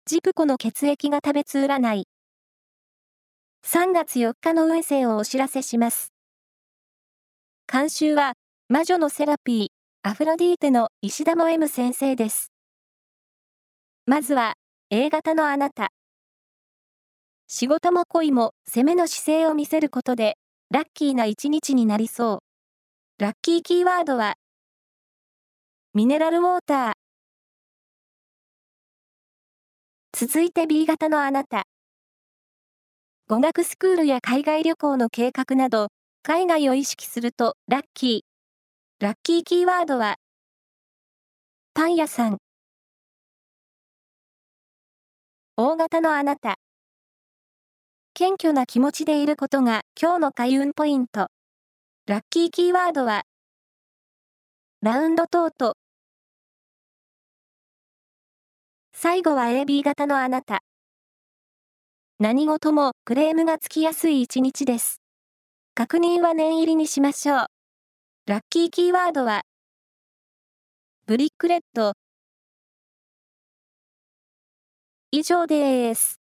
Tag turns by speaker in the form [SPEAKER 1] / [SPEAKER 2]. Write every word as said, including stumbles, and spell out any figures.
[SPEAKER 1] ジプコの血液が食べつ占い。さんがつよっかの運勢をお知らせします。監修は、魔女のセラピー、アフロディーテの石田も M 先生です。まずは、A 型のあなた。仕事も恋も攻めの姿勢を見せることで、ラッキーな一日になりそう。ラッキーキーワードは、ミネラルウォーター。続いて B 型のあなた。語学スクールや海外旅行の計画など、海外を意識するとラッキー。ラッキーキーワードは、パン屋さん。O 型のあなた。謙虚な気持ちでいることが今日の開運ポイント。ラッキーキーワードは、ラウンドトート。最後は エービー 型のあなた。何事もクレームがつきやすい一日です。確認は念入りにしましょう。ラッキーキーワードは、ブリックレッド。以上です。